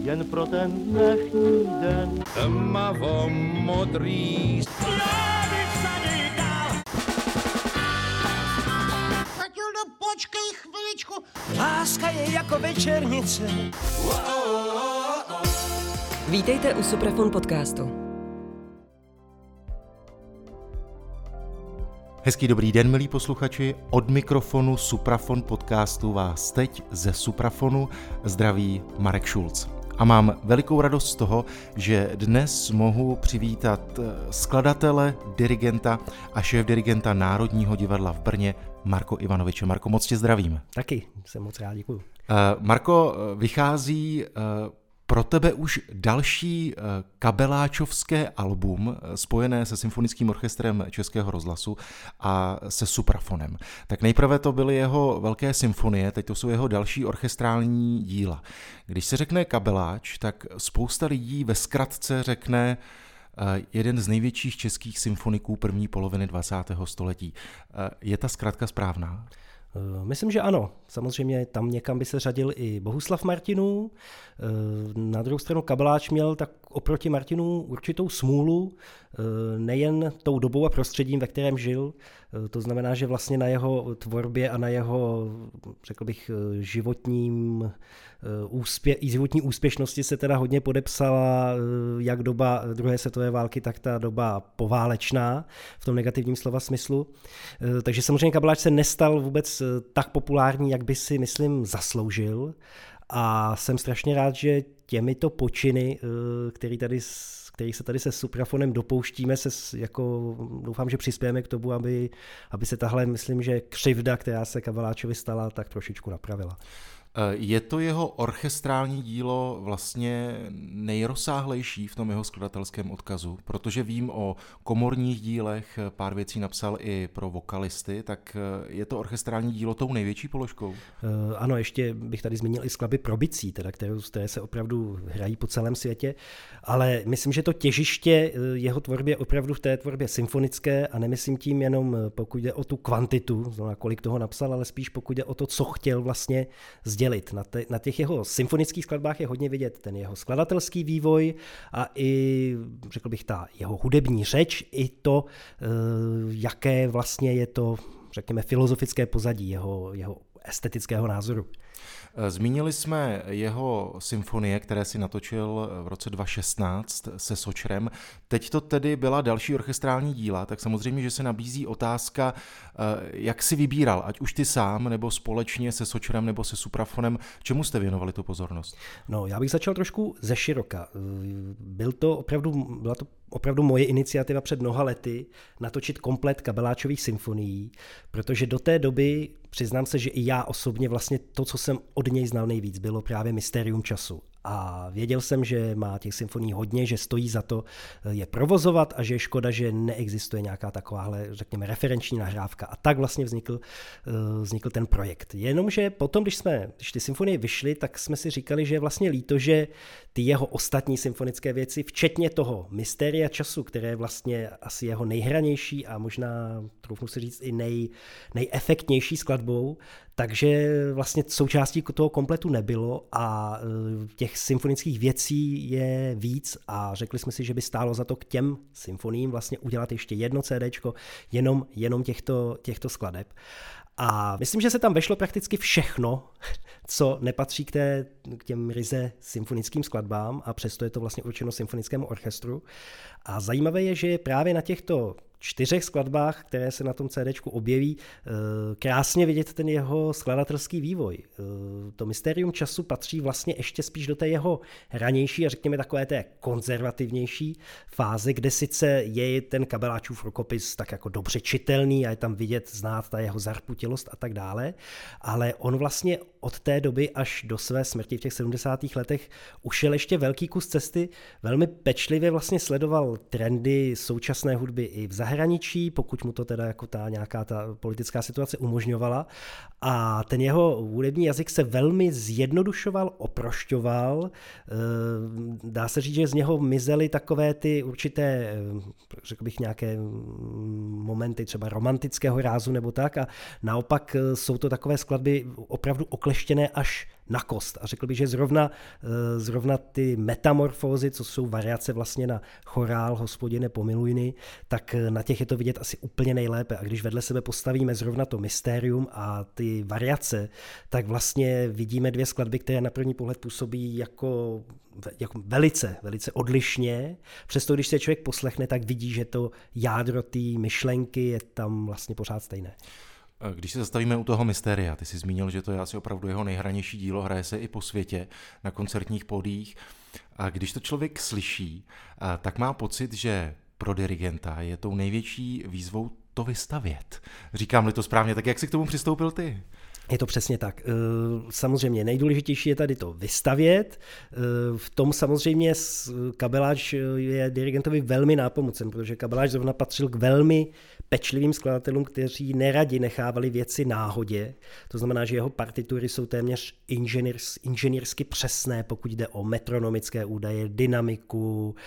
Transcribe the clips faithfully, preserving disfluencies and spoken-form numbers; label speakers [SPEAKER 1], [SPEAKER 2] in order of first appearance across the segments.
[SPEAKER 1] jen pro ten dnešní den.
[SPEAKER 2] Tmavo modrý.
[SPEAKER 3] Matildo, počkej chviličku.
[SPEAKER 4] Láska je jako večernice.
[SPEAKER 5] Vítejte u Suprafon podcastu.
[SPEAKER 6] Hezký dobrý den, milí posluchači. Od mikrofonu Suprafon podcastu vás teď ze Suprafonu zdraví Marek Šulc. A mám velikou radost z toho, že dnes mohu přivítat skladatele, dirigenta a šéfdirigenta Národního divadla v Brně Marko Ivanoviče. Marko, moc tě zdravím.
[SPEAKER 7] Taky, jsem moc rád, děkuju.
[SPEAKER 6] Uh, Marko, vychází uh, pro tebe už další kabeláčovské album spojené se Symfonickým orchestrem Českého rozhlasu a se Suprafonem. Tak nejprve to byly jeho velké symfonie, teď to jsou jeho další orchestrální díla. Když se řekne kabeláč, tak spousta lidí ve zkratce řekne jeden z největších českých symfoniků první poloviny dvacátého století. Je ta zkratka správná?
[SPEAKER 7] Myslím, že ano. Samozřejmě tam někam by se řadil i Bohuslav Martinů. Na druhou stranu kabeláč měl tak oproti Martinů určitou smůlu, nejen tou dobou a prostředím, ve kterém žil. To znamená, že vlastně na jeho tvorbě a na jeho, řekl bych, životním úspě- životní úspěšnosti se teda hodně podepsala jak doba druhé světové války, tak ta doba poválečná v tom negativním slova smyslu. Takže samozřejmě kabeláč se nestal vůbec tak populární, jak by si, myslím, zasloužil. A jsem strašně rád, že těmito počiny, který tady, který se tady se Suprafonem dopouštíme, se jako, doufám, že přispějeme k tomu, aby, aby se tahle, myslím, že křivda, která se kabeláčovi stala, tak trošičku napravila.
[SPEAKER 6] Je to jeho orchestrální dílo vlastně nejrozsáhlejší v tom jeho skladatelském odkazu, protože vím o komorních dílech, pár věcí napsal i pro vokalisty, tak je to orchestrální dílo tou největší položkou?
[SPEAKER 7] Ano, ještě bych tady zmínil i skladby pro bicí, teda, které, které se opravdu hrají po celém světě, ale myslím, že to těžiště jeho tvorby je opravdu v té tvorbě symfonické a nemyslím tím jenom pokud jde o tu kvantitu, znamená kolik toho napsal, ale spíš pokud jde o to, co chtěl vlastně sdělit. Na, te, na těch jeho symfonických skladbách je hodně vidět ten jeho skladatelský vývoj a i, řekl bych, ta jeho hudební řeč, i to, jaké vlastně je to, řekněme, filozofické pozadí jeho, jeho estetického názoru.
[SPEAKER 6] Zmínili jsme jeho symfonie, které si natočil v roce dva tisíce šestnáct se Sočrem. Teď to tedy byla další orchestrální díla, tak samozřejmě, že se nabízí otázka, jak si vybíral, ať už ty sám, nebo společně se Sočrem, nebo se Suprafonem. Čemu jste věnovali tu pozornost?
[SPEAKER 7] No, já bych začal trošku ze široka. Byl to opravdu, byla to opravdu moje iniciativa před mnoha lety natočit komplet kabeláčových symfonií, protože do té doby, přiznám se, že i já osobně vlastně to, co jsem od něj znal nejvíc, bylo právě Mysterium času. A věděl jsem, že má těch symfonií hodně, že stojí za to je provozovat a že je škoda, že neexistuje nějaká takováhle, řekněme, referenční nahrávka. A tak vlastně vznikl, vznikl ten projekt. Jenomže potom, když jsme, když ty symfonie vyšly, tak jsme si říkali, že je vlastně líto, že ty jeho ostatní symfonické věci, včetně toho Mysteria času, které je vlastně asi jeho nejhranější a možná, troufnu si říct, i nej, nejefektnější skladbou, takže vlastně součástí toho kompletu nebylo a těch symfonických věcí je víc a řekli jsme si, že by stálo za to k těm symfoniím vlastně udělat ještě jedno CDčko jenom, jenom těchto, těchto skladeb. A myslím, že se tam vešlo prakticky všechno, co nepatří k, té, k těm ryze symfonickým skladbám a přesto je to vlastně určeno symfonickému orchestru. A zajímavé je, že právě na těchto čtyřech skladbách, které se na tom CDčku objeví, krásně vidět ten jeho skladatelský vývoj. To Mysterium času patří vlastně ještě spíš do té jeho ranější a řekněme takové té konzervativnější fáze, kde sice je ten kabeláčův rukopis tak jako dobře čitelný a je tam vidět, znát ta jeho zarputilost a tak dále, ale on vlastně od té doby až do své smrti v těch sedmdesátých letech ušel ještě velký kus cesty, velmi pečlivě vlastně sledoval trendy současné hudby i v zahraničí, pokud mu to teda jako ta nějaká ta politická situace umožňovala. A ten jeho hudební jazyk se velmi zjednodušoval, oprošťoval. Dá se říct, že z něho mizely takové ty určité, řekl bych, nějaké momenty třeba romantického rázu nebo tak. A naopak jsou to takové skladby opravdu okleštěné až na kost. A řekl bych, že zrovna, zrovna ty metamorfózy, co jsou variace vlastně na chorál Hospodine pomilujny, tak na těch je to vidět asi úplně nejlépe. A když vedle sebe postavíme zrovna to mystérium a ty variace, tak vlastně vidíme dvě skladby, které na první pohled působí jako, jako velice, velice odlišně. Přesto, když se člověk poslechne, tak vidí, že to jádro té myšlenky je tam vlastně pořád stejné.
[SPEAKER 6] Když se zastavíme u toho Mystéria, ty jsi zmínil, že to je asi opravdu jeho nejhranější dílo, hraje se i po světě na koncertních pódiích. A když to člověk slyší, tak má pocit, že pro dirigenta je tou největší výzvou to vystavět. Říkám-li to správně, tak jak jsi k tomu přistoupil ty?
[SPEAKER 7] Je to přesně tak. Samozřejmě nejdůležitější je tady to vystavět. V tom samozřejmě Kabeláč je dirigentovi velmi nápomocen, protože Kabeláč zrovna patřil k velmi pečlivým skladatelům, kteří neradi nechávali věci náhodě. To znamená, že jeho partitury jsou téměř inženýrs, inženýrsky přesné, pokud jde o metronomické údaje, dynamiku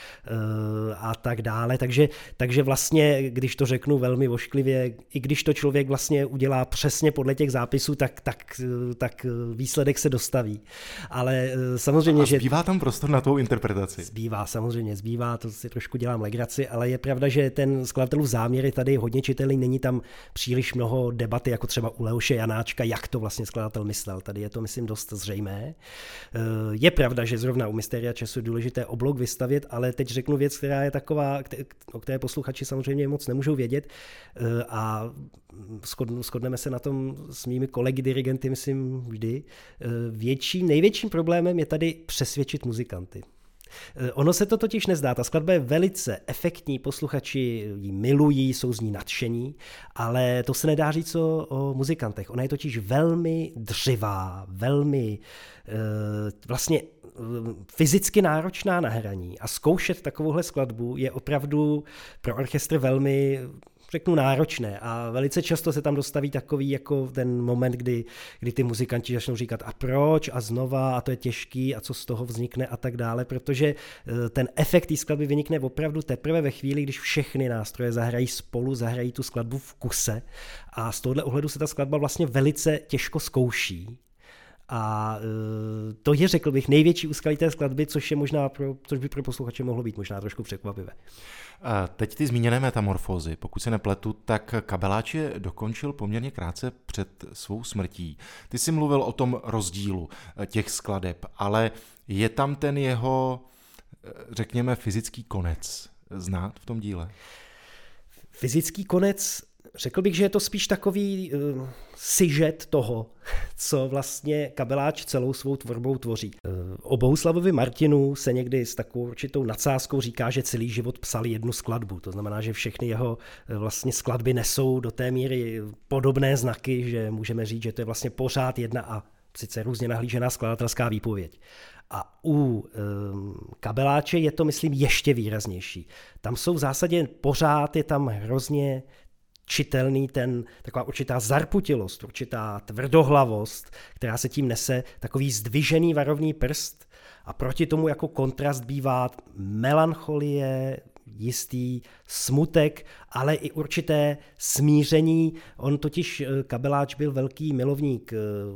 [SPEAKER 7] a tak dále. Takže, takže vlastně, když to řeknu velmi vošklivě, i když to člověk vlastně udělá přesně podle těch zápisů, tak, tak, tak výsledek se dostaví. Ale samozřejmě,
[SPEAKER 6] a
[SPEAKER 7] že...
[SPEAKER 6] zbývá tam prostor na tvou interpretaci?
[SPEAKER 7] Zbývá, samozřejmě zbývá, to si trošku dělám legraci, ale je pravda, že ten skladatelův záměr je tady hodně čitelný, není tam příliš mnoho debaty, jako třeba u Leoše Janáčka, jak to vlastně skladatel myslel. Tady je to, myslím, dost zřejmé. Je pravda, že zrovna u Mystéria času je důležité oblok vystavět, ale teď řeknu věc, která je taková, o které posluchači samozřejmě moc nemůžou vědět a shodneme se na tom s mými kolegy dirigenty, myslím, vždy. Větším, největším problémem je tady přesvědčit muzikanty. Ono se to totiž nezdá, ta skladba je velice efektní, posluchači ji milují, jsou z ní nadšení, ale to se nedá říct o, o muzikantech. Ona je totiž velmi dřivá, velmi vlastně fyzicky náročná na hraní a zkoušet takovouhle skladbu je opravdu pro orchestr velmi, řeknu, náročné a velice často se tam dostaví takový jako ten moment, kdy, kdy ty muzikanti začnou říkat a proč a znova a to je těžký a co z toho vznikne a tak dále, protože ten efekt té skladby vynikne opravdu teprve ve chvíli, když všechny nástroje zahrají spolu, zahrají tu skladbu v kuse a z tohohle ohledu se ta skladba vlastně velice těžko zkouší. A to je, řekl bych, největší úskalí té skladby, což je možná pro, což by pro posluchače mohlo být možná trošku překvapivé.
[SPEAKER 6] A teď ty zmíněné metamorfózy. Pokud se nepletu, tak Kabeláč je dokončil poměrně krátce před svou smrtí. Ty jsi mluvil o tom rozdílu těch skladeb, ale je tam ten jeho, řekněme, fyzický konec znát v tom díle? Fyzický konec,
[SPEAKER 7] řekl bych, že je to spíš takový uh, sižet toho, co vlastně Kabeláč celou svou tvorbou tvoří. Uh, o Bohuslavovi Martinu se někdy s takovou určitou nadsázkou říká, že celý život psal jednu skladbu. To znamená, že všechny jeho uh, vlastně skladby nesou do té míry podobné znaky, že můžeme říct, že to je vlastně pořád jedna a sice různě nahlížená skladatelská výpověď. A u um, Kabeláče je to, myslím, ještě výraznější. Tam jsou v zásadě pořád, je tam hrozně čitelný ten, taková určitá zarputilost, určitá tvrdohlavost, která se tím nese, takový zdvižený varovný prst a proti tomu jako kontrast bývá melancholie, jistý smutek, ale i určité smíření. On totiž, Kabeláč, byl velký milovník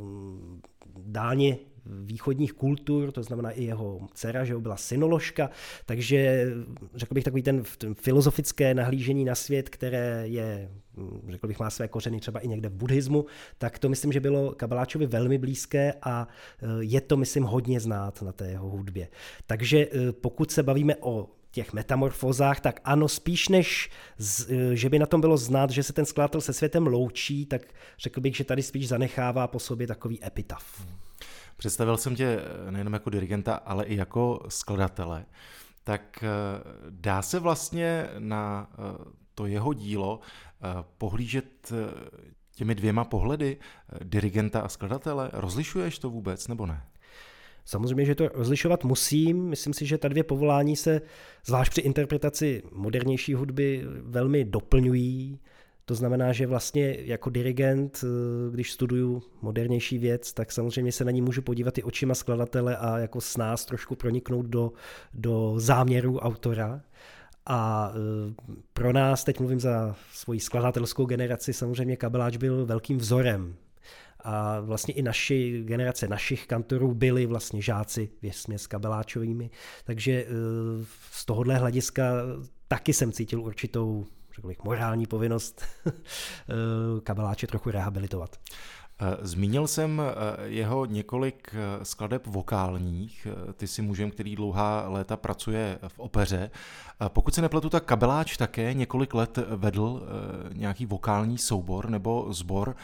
[SPEAKER 7] dálně východních kultur, to znamená i jeho dcera, že byla synoložka, takže řekl bych takový ten, ten filozofické nahlížení na svět, které je, řekl bych, má své kořeny třeba i někde v buddhismu, tak to myslím, že bylo Kabeláčovi velmi blízké a je to, myslím, hodně znát na té jeho hudbě. Takže pokud se bavíme o těch metamorfózách, tak ano, spíš než, že by na tom bylo znát, že se ten skladatel se světem loučí, tak řekl bych, že tady spíš zanechává po sobě takový epitaf.
[SPEAKER 6] Představil jsem tě nejenom jako dirigenta, ale i jako skladatele. Tak dá se vlastně na to jeho dílo pohlížet těmi dvěma pohledy, dirigenta a skladatele? Rozlišuješ to vůbec, nebo ne?
[SPEAKER 7] Samozřejmě, že to rozlišovat musím. Myslím si, že ta dvě povolání se, zvlášť při interpretaci modernější hudby, velmi doplňují. To znamená, že vlastně jako dirigent, když studuju modernější věc, tak samozřejmě se na ní můžu podívat i očima skladatele a jako s nás trošku proniknout do, do záměru autora. A pro nás, teď mluvím za svoji skladatelskou generaci, samozřejmě Kabeláč byl velkým vzorem. a vlastně i naši generace našich kantorů byli vlastně žáci vesměs kabeláčovými, takže z tohohle hlediska taky jsem cítil určitou, řekl bych, morální povinnost kabeláče trochu rehabilitovat.
[SPEAKER 6] Zmínil jsem jeho několik skladeb vokálních. Ty jsi mužem, který dlouhá léta pracuje v opeře. Pokud se nepletu, tak Kabeláč také několik let vedl nějaký vokální soubor nebo sbor.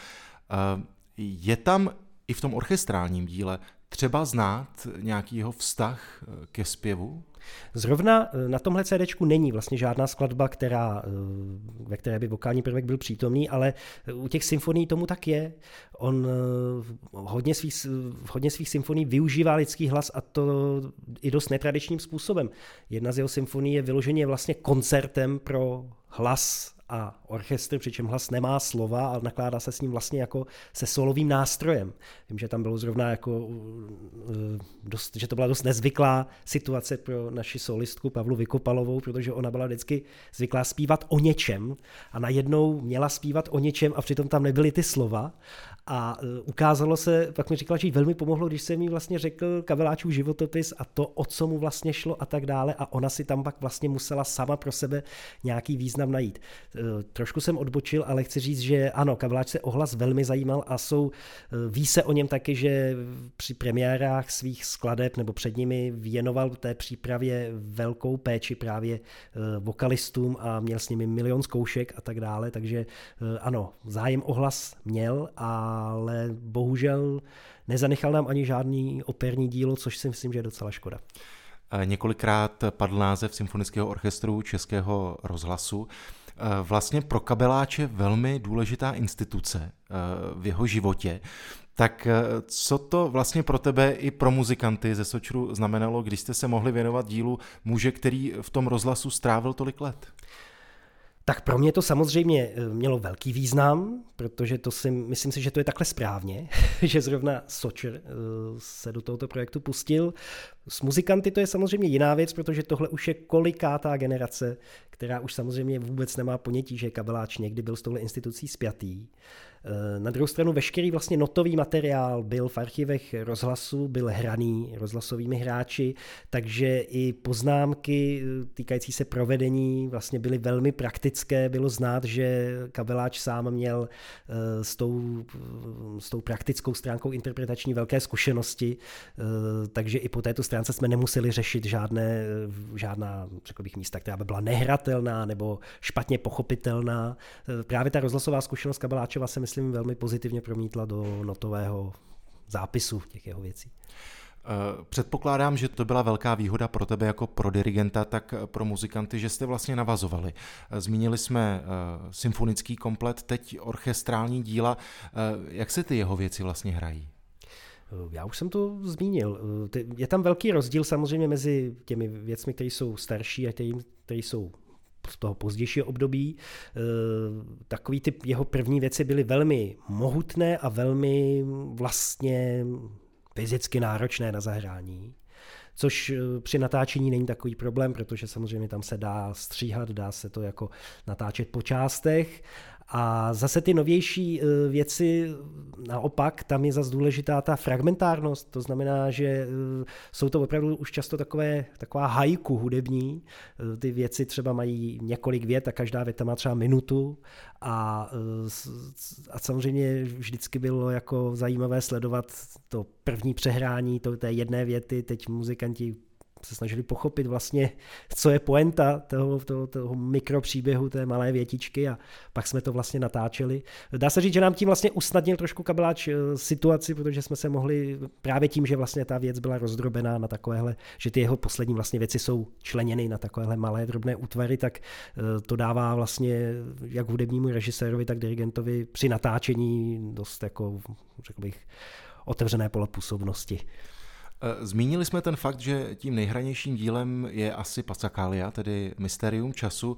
[SPEAKER 6] Je tam i v tom orchestrálním díle třeba znát nějaký jeho vztah ke zpěvu?
[SPEAKER 7] Zrovna na tomhle CDčku není vlastně žádná skladba, která, ve které by vokální prvek byl přítomný, ale u těch symfonií tomu tak je. On hodně svých, hodně svých symfonií využívá lidský hlas a to i dost netradičním způsobem. Jedna z jeho symfonií je vyloženě vlastně koncertem pro hlas a orchestr, přičem hlas nemá slova, ale nakládá se s ním vlastně jako se solovým nástrojem. Vím, že tam bylo zrovna jako dost, že to byla dost nezvyklá situace pro naši solistku Pavlu Vykopalovou, protože ona byla vždycky zvyklá zpívat o něčem a najednou měla zpívat o něčem a přitom tam nebyly ty slova. A ukázalo se, pak mi říkala, že jí velmi pomohlo, když jsem jí vlastně řekl Kabeláčův životopis a to, o co mu vlastně šlo a tak dále, a ona si tam pak vlastně musela sama pro sebe nějaký význam najít. Trošku jsem odbočil, ale chci říct, že ano, Kabeláč se o hlas velmi zajímal a jsou, ví se o něm taky, že při premiérách svých skladeb nebo před nimi věnoval té přípravě velkou péči právě vokalistům a měl s nimi milion zkoušek a tak dále, takže ano, zájem o hlas měl, ale bohužel nezanechal nám ani žádný operní dílo, což si myslím, že je docela škoda.
[SPEAKER 6] Několikrát padl název Symfonického orchestru Českého rozhlasu. Vlastně pro Kabeláče velmi důležitá instituce v jeho životě. Tak co to vlastně pro tebe i pro muzikanty ze Sočru znamenalo, když jste se mohli věnovat dílu muže, který v tom rozhlasu strávil tolik let?
[SPEAKER 7] Tak pro mě to samozřejmě mělo velký význam, protože to si, myslím si, že to je takhle správně, že zrovna Sočr se do tohoto projektu pustil. S muzikanty to je samozřejmě jiná věc, protože tohle už je kolikátá generace, která už samozřejmě vůbec nemá ponětí, že Kabeláč někdy byl s touhle institucí spjatý. Na druhou stranu veškerý vlastně notový materiál byl v archivech rozhlasu, byl hraný rozhlasovými hráči, takže i poznámky týkající se provedení vlastně byly velmi praktické. Bylo znát, že Kabeláč sám měl s tou, s tou praktickou stránkou interpretační velké zkušenosti, takže i po této stránce jsme nemuseli řešit žádné, žádná, řekl bych, místa, která by byla nehratelná nebo špatně pochopitelná. Právě ta rozhlasová zkušenost Kabeláčova se myslím velmi pozitivně promítla do notového zápisu těch jeho věcí.
[SPEAKER 6] Předpokládám, že to byla velká výhoda pro tebe jako pro dirigenta, tak pro muzikanty, že jste vlastně navazovali. Zmínili jsme symfonický komplet, teď orchestrální díla. Jak se ty jeho věci vlastně hrají?
[SPEAKER 7] Já už jsem to zmínil. Je tam velký rozdíl samozřejmě mezi těmi věcmi, které jsou starší a které jsou z toho pozdějšího období. Takový typ jeho první věci byly velmi mohutné a velmi vlastně fyzicky náročné na zahrání, což při natáčení není takový problém, protože samozřejmě tam se dá stříhat, dá se to jako natáčet po částech. A zase ty novější věci, naopak, tam je zase důležitá ta fragmentárnost, to znamená, že jsou to opravdu už často takové, taková haiku hudební, ty věci třeba mají několik vět a každá věta má třeba minutu a, a samozřejmě vždycky bylo jako zajímavé sledovat to první přehrání to, té jedné věty, teď muzikanti se snažili pochopit vlastně, co je poenta toho, toho, toho mikropříběhu, té malé větičky a pak jsme to vlastně natáčeli. Dá se říct, že nám tím vlastně usnadnil trošku Kabeláč situaci, protože jsme se mohli právě tím, že vlastně ta věc byla rozdrobená na takovéhle, že ty jeho poslední vlastně věci jsou členěny na takovéhle malé drobné útvary, tak to dává vlastně jak hudebnímu režisérovi, tak dirigentovi při natáčení dost jako, řekl bych, otevřené pole působnosti.
[SPEAKER 6] Zmínili jsme ten fakt, že tím nejhranějším dílem je asi Passacaglia, tedy Mysterium času.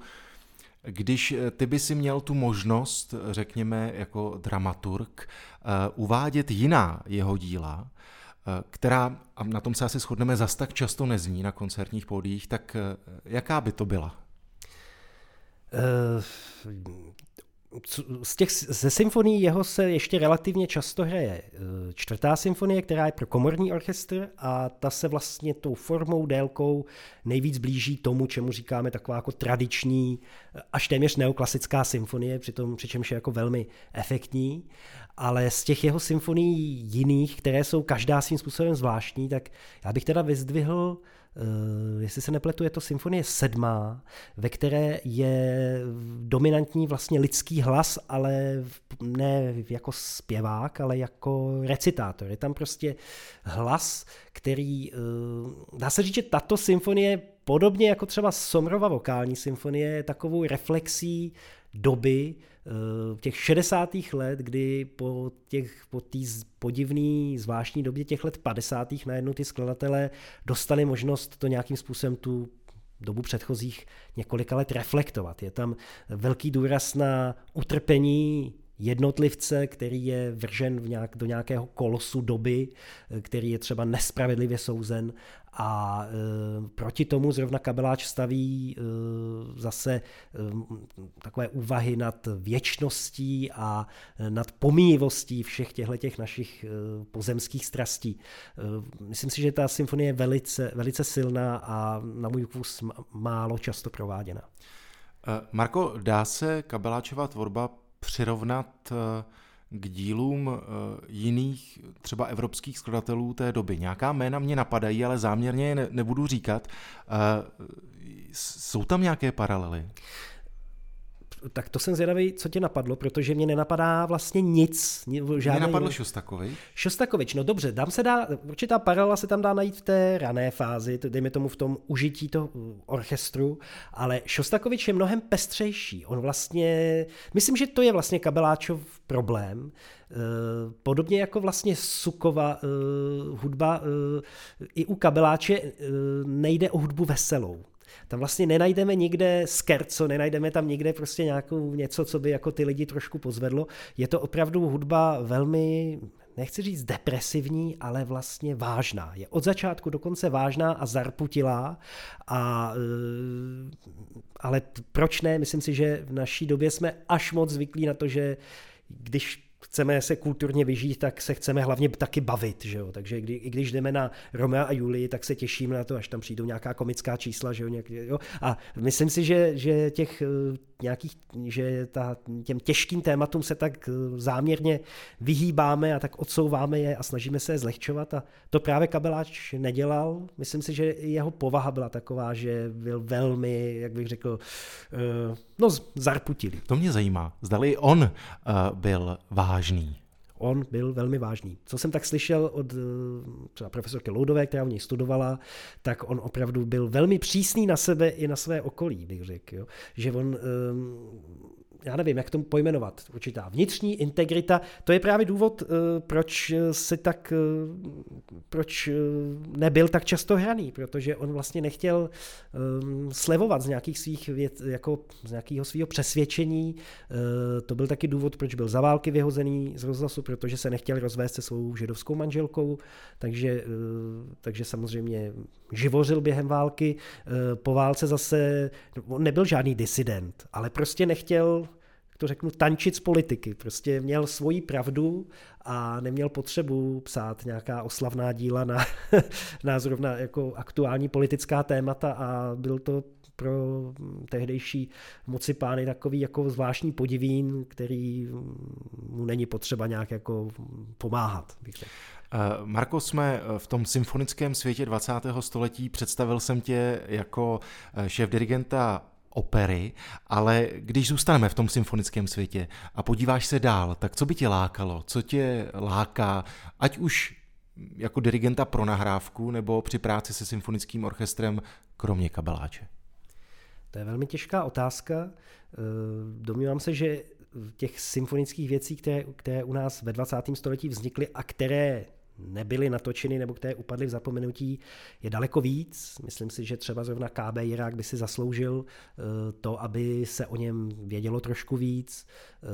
[SPEAKER 6] Když ty by si měl tu možnost, řekněme jako dramaturg, uvádět jiná jeho díla, která, a na tom se asi shodneme, zas tak často nezní na koncertních pódiích, tak jaká by to byla?
[SPEAKER 7] Uh... Z těch, ze symfonií jeho se ještě relativně často hraje čtvrtá symfonie, která je pro komorní orchestr a ta se vlastně tou formou, délkou nejvíc blíží tomu, čemu říkáme taková jako tradiční, až téměř neoklasická symfonie, přitom, přičemž je jako velmi efektní. Ale z těch jeho symfonií jiných, které jsou každá svým způsobem zvláštní, tak já bych teda vyzdvihl, Uh, jestli se nepletu, je to symfonie sedmá, ve které je dominantní vlastně lidský hlas, ale ne jako zpěvák, ale jako recitátor. Je tam prostě hlas, který, uh, dá se říct, že tato symfonie, podobně jako třeba Sommerova vokální symfonie, je takovou reflexí doby těch šedesátých let, kdy po těch po té podivné zvláštní době těch let padesátých najednou ty skladatelé dostali možnost to nějakým způsobem tu dobu předchozích několika let reflektovat. Je tam velký důraz na utrpení jednotlivce, který je vržen v nějak, do nějakého kolosu doby, který je třeba nespravedlivě souzen a e, proti tomu zrovna Kabeláč staví e, zase e, takové úvahy nad věčností a e, nad pomíjivostí všech těchto našich e, pozemských strastí. E, myslím si, že ta symfonie je velice, velice silná a na můj vkus málo často prováděna.
[SPEAKER 6] Marko, dá se Kabeláčova tvorba přirovnat k dílům jiných třeba evropských skladatelů té doby? Nějaká jména mě napadají, ale záměrně je nebudu říkat. Jsou tam nějaké paralely?
[SPEAKER 7] Tak to jsem zvědavý, co tě napadlo, protože mě nenapadá vlastně nic.
[SPEAKER 6] Mě napadl Šostakovič.
[SPEAKER 7] Šostakovič, no dobře, tam se dá, určitá paralela se tam dá najít v té rané fázi, dejme tomu v tom užití toho orchestru, ale Šostakovič je mnohem pestřejší. On vlastně, myslím, že to je vlastně Kabeláčov problém, podobně jako vlastně Sukova hudba, i u Kabeláče nejde o hudbu veselou. Tam vlastně nenajdeme nikde scherzo, nenajdeme tam nikde prostě nějakou něco, co by jako ty lidi trošku pozvedlo. Je to opravdu hudba velmi, nechci říct depresivní, ale vlastně vážná. Je od začátku do konce vážná a zarputilá, a, ale proč ne? Myslím si, že v naší době jsme až moc zvyklí na to, že když chceme se kulturně vyžít, tak se chceme hlavně taky bavit, že jo? Takže kdy, i když jdeme na Romea a Julii, tak se těšíme na to, až tam přijdou nějaká komická čísla, že jo? Nějak, jo? A myslím si, že, že těch nějakých, že ta, těm těžkým tématům se tak záměrně vyhýbáme a tak odsouváme je a snažíme se je zlehčovat, a to právě Kabeláč nedělal. Myslím si, že jeho povaha byla taková, že byl velmi, jak bych řekl, no zarputilý.
[SPEAKER 6] To mě zajímá. Zdali on uh, byl vážný.
[SPEAKER 7] On byl velmi vážný. Co jsem tak slyšel od třeba profesorky Loudové, která u něj studovala, tak on opravdu byl velmi přísný na sebe i na své okolí, bych řekl. Jo? Že on, já nevím, jak to pojmenovat, určitá vnitřní integrita, to je právě důvod, proč se tak, proč nebyl tak často hraný, protože on vlastně nechtěl slevovat z nějakých svých věc, jako z nějakého svého přesvědčení. To byl taky důvod, proč byl za války vyhozený z rozhlasu, protože se nechtěl rozvést se svou židovskou manželkou, takže, takže samozřejmě živořil během války. Po válce zase, on nebyl žádný disident, ale prostě nechtěl, to řeknu, tančit z politiky. Prostě měl svoji pravdu a neměl potřebu psát nějaká oslavná díla na, na zrovna jako aktuální politická témata, a byl to pro tehdejší moci pány takový jako zvláštní podivín, který mu není potřeba nějak jako pomáhat, bych řekl.
[SPEAKER 6] Marko, jsme v tom symfonickém světě dvacátého století, představil jsem tě jako šéfdirigenta opery, ale když zůstaneme v tom symfonickém světě a podíváš se dál, tak co by tě lákalo? Co tě láká, ať už jako dirigenta pro nahrávku nebo při práci se symfonickým orchestrem, kromě Kabeláče?
[SPEAKER 7] To je velmi těžká otázka. Domnívám se, že těch symfonických věcí, které, které u nás ve dvacátém století vznikly a které nebyly natočeny nebo které upadly v zapomenutí, je daleko víc. Myslím si, že třeba zrovna K B Jirák by si zasloužil to, aby se o něm vědělo trošku víc.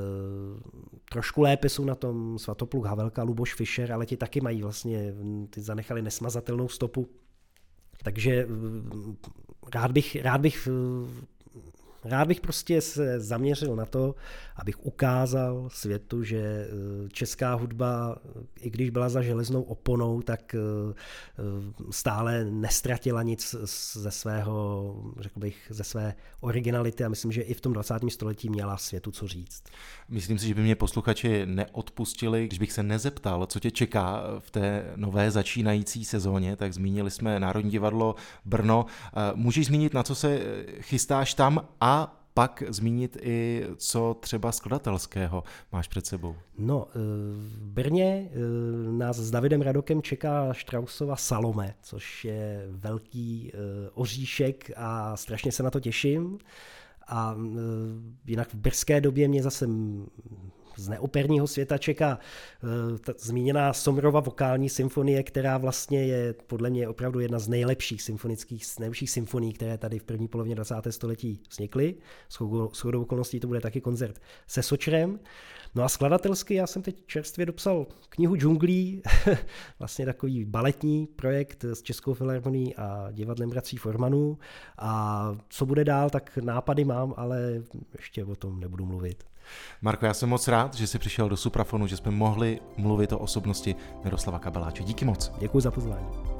[SPEAKER 7] Trošku lépe jsou na tom Svatopluk Havelka, Luboš Fischer, ale ti taky mají vlastně, ty zanechali nesmazatelnou stopu. Takže rád bych, rád bych Rád bych prostě se zaměřil na to, abych ukázal světu, že česká hudba, i když byla za železnou oponou, tak stále nestratila nic ze svého, řekl bych, ze své originality a myslím, že i v tom dvacátém století měla světu co říct.
[SPEAKER 6] Myslím si, že by mě posluchači neodpustili, když bych se nezeptal, co tě čeká v té nové začínající sezóně, tak zmínili jsme Národní divadlo Brno. Můžeš zmínit, na co se chystáš tam a pak zmínit i, co třeba skladatelského máš před sebou?
[SPEAKER 7] No, v Brně nás s Davidem Radokem čeká Straussova Salome, což je velký oříšek a strašně se na to těším. A jinak v brzké době mě zase z neoperního světa čeká ta zmíněná Sommerova vokální symfonie, která vlastně je podle mě opravdu jedna z nejlepších symfonických, nejlepších symfonií, které tady v první polovině dvacátého století vznikly. Shodou okolností to bude taky koncert se Sočrem. No a skladatelsky já jsem teď čerstvě dopsal knihu Džunglí, vlastně takový baletní projekt s Českou filharmonií a divadlem bratří Formanů. A co bude dál, tak nápady mám, ale ještě o tom nebudu mluvit.
[SPEAKER 6] Marko, já jsem moc rád, že jsi přišel do Suprafonu, že jsme mohli mluvit o osobnosti Miroslava Kabeláče. Díky moc.
[SPEAKER 7] Děkuji za pozvání.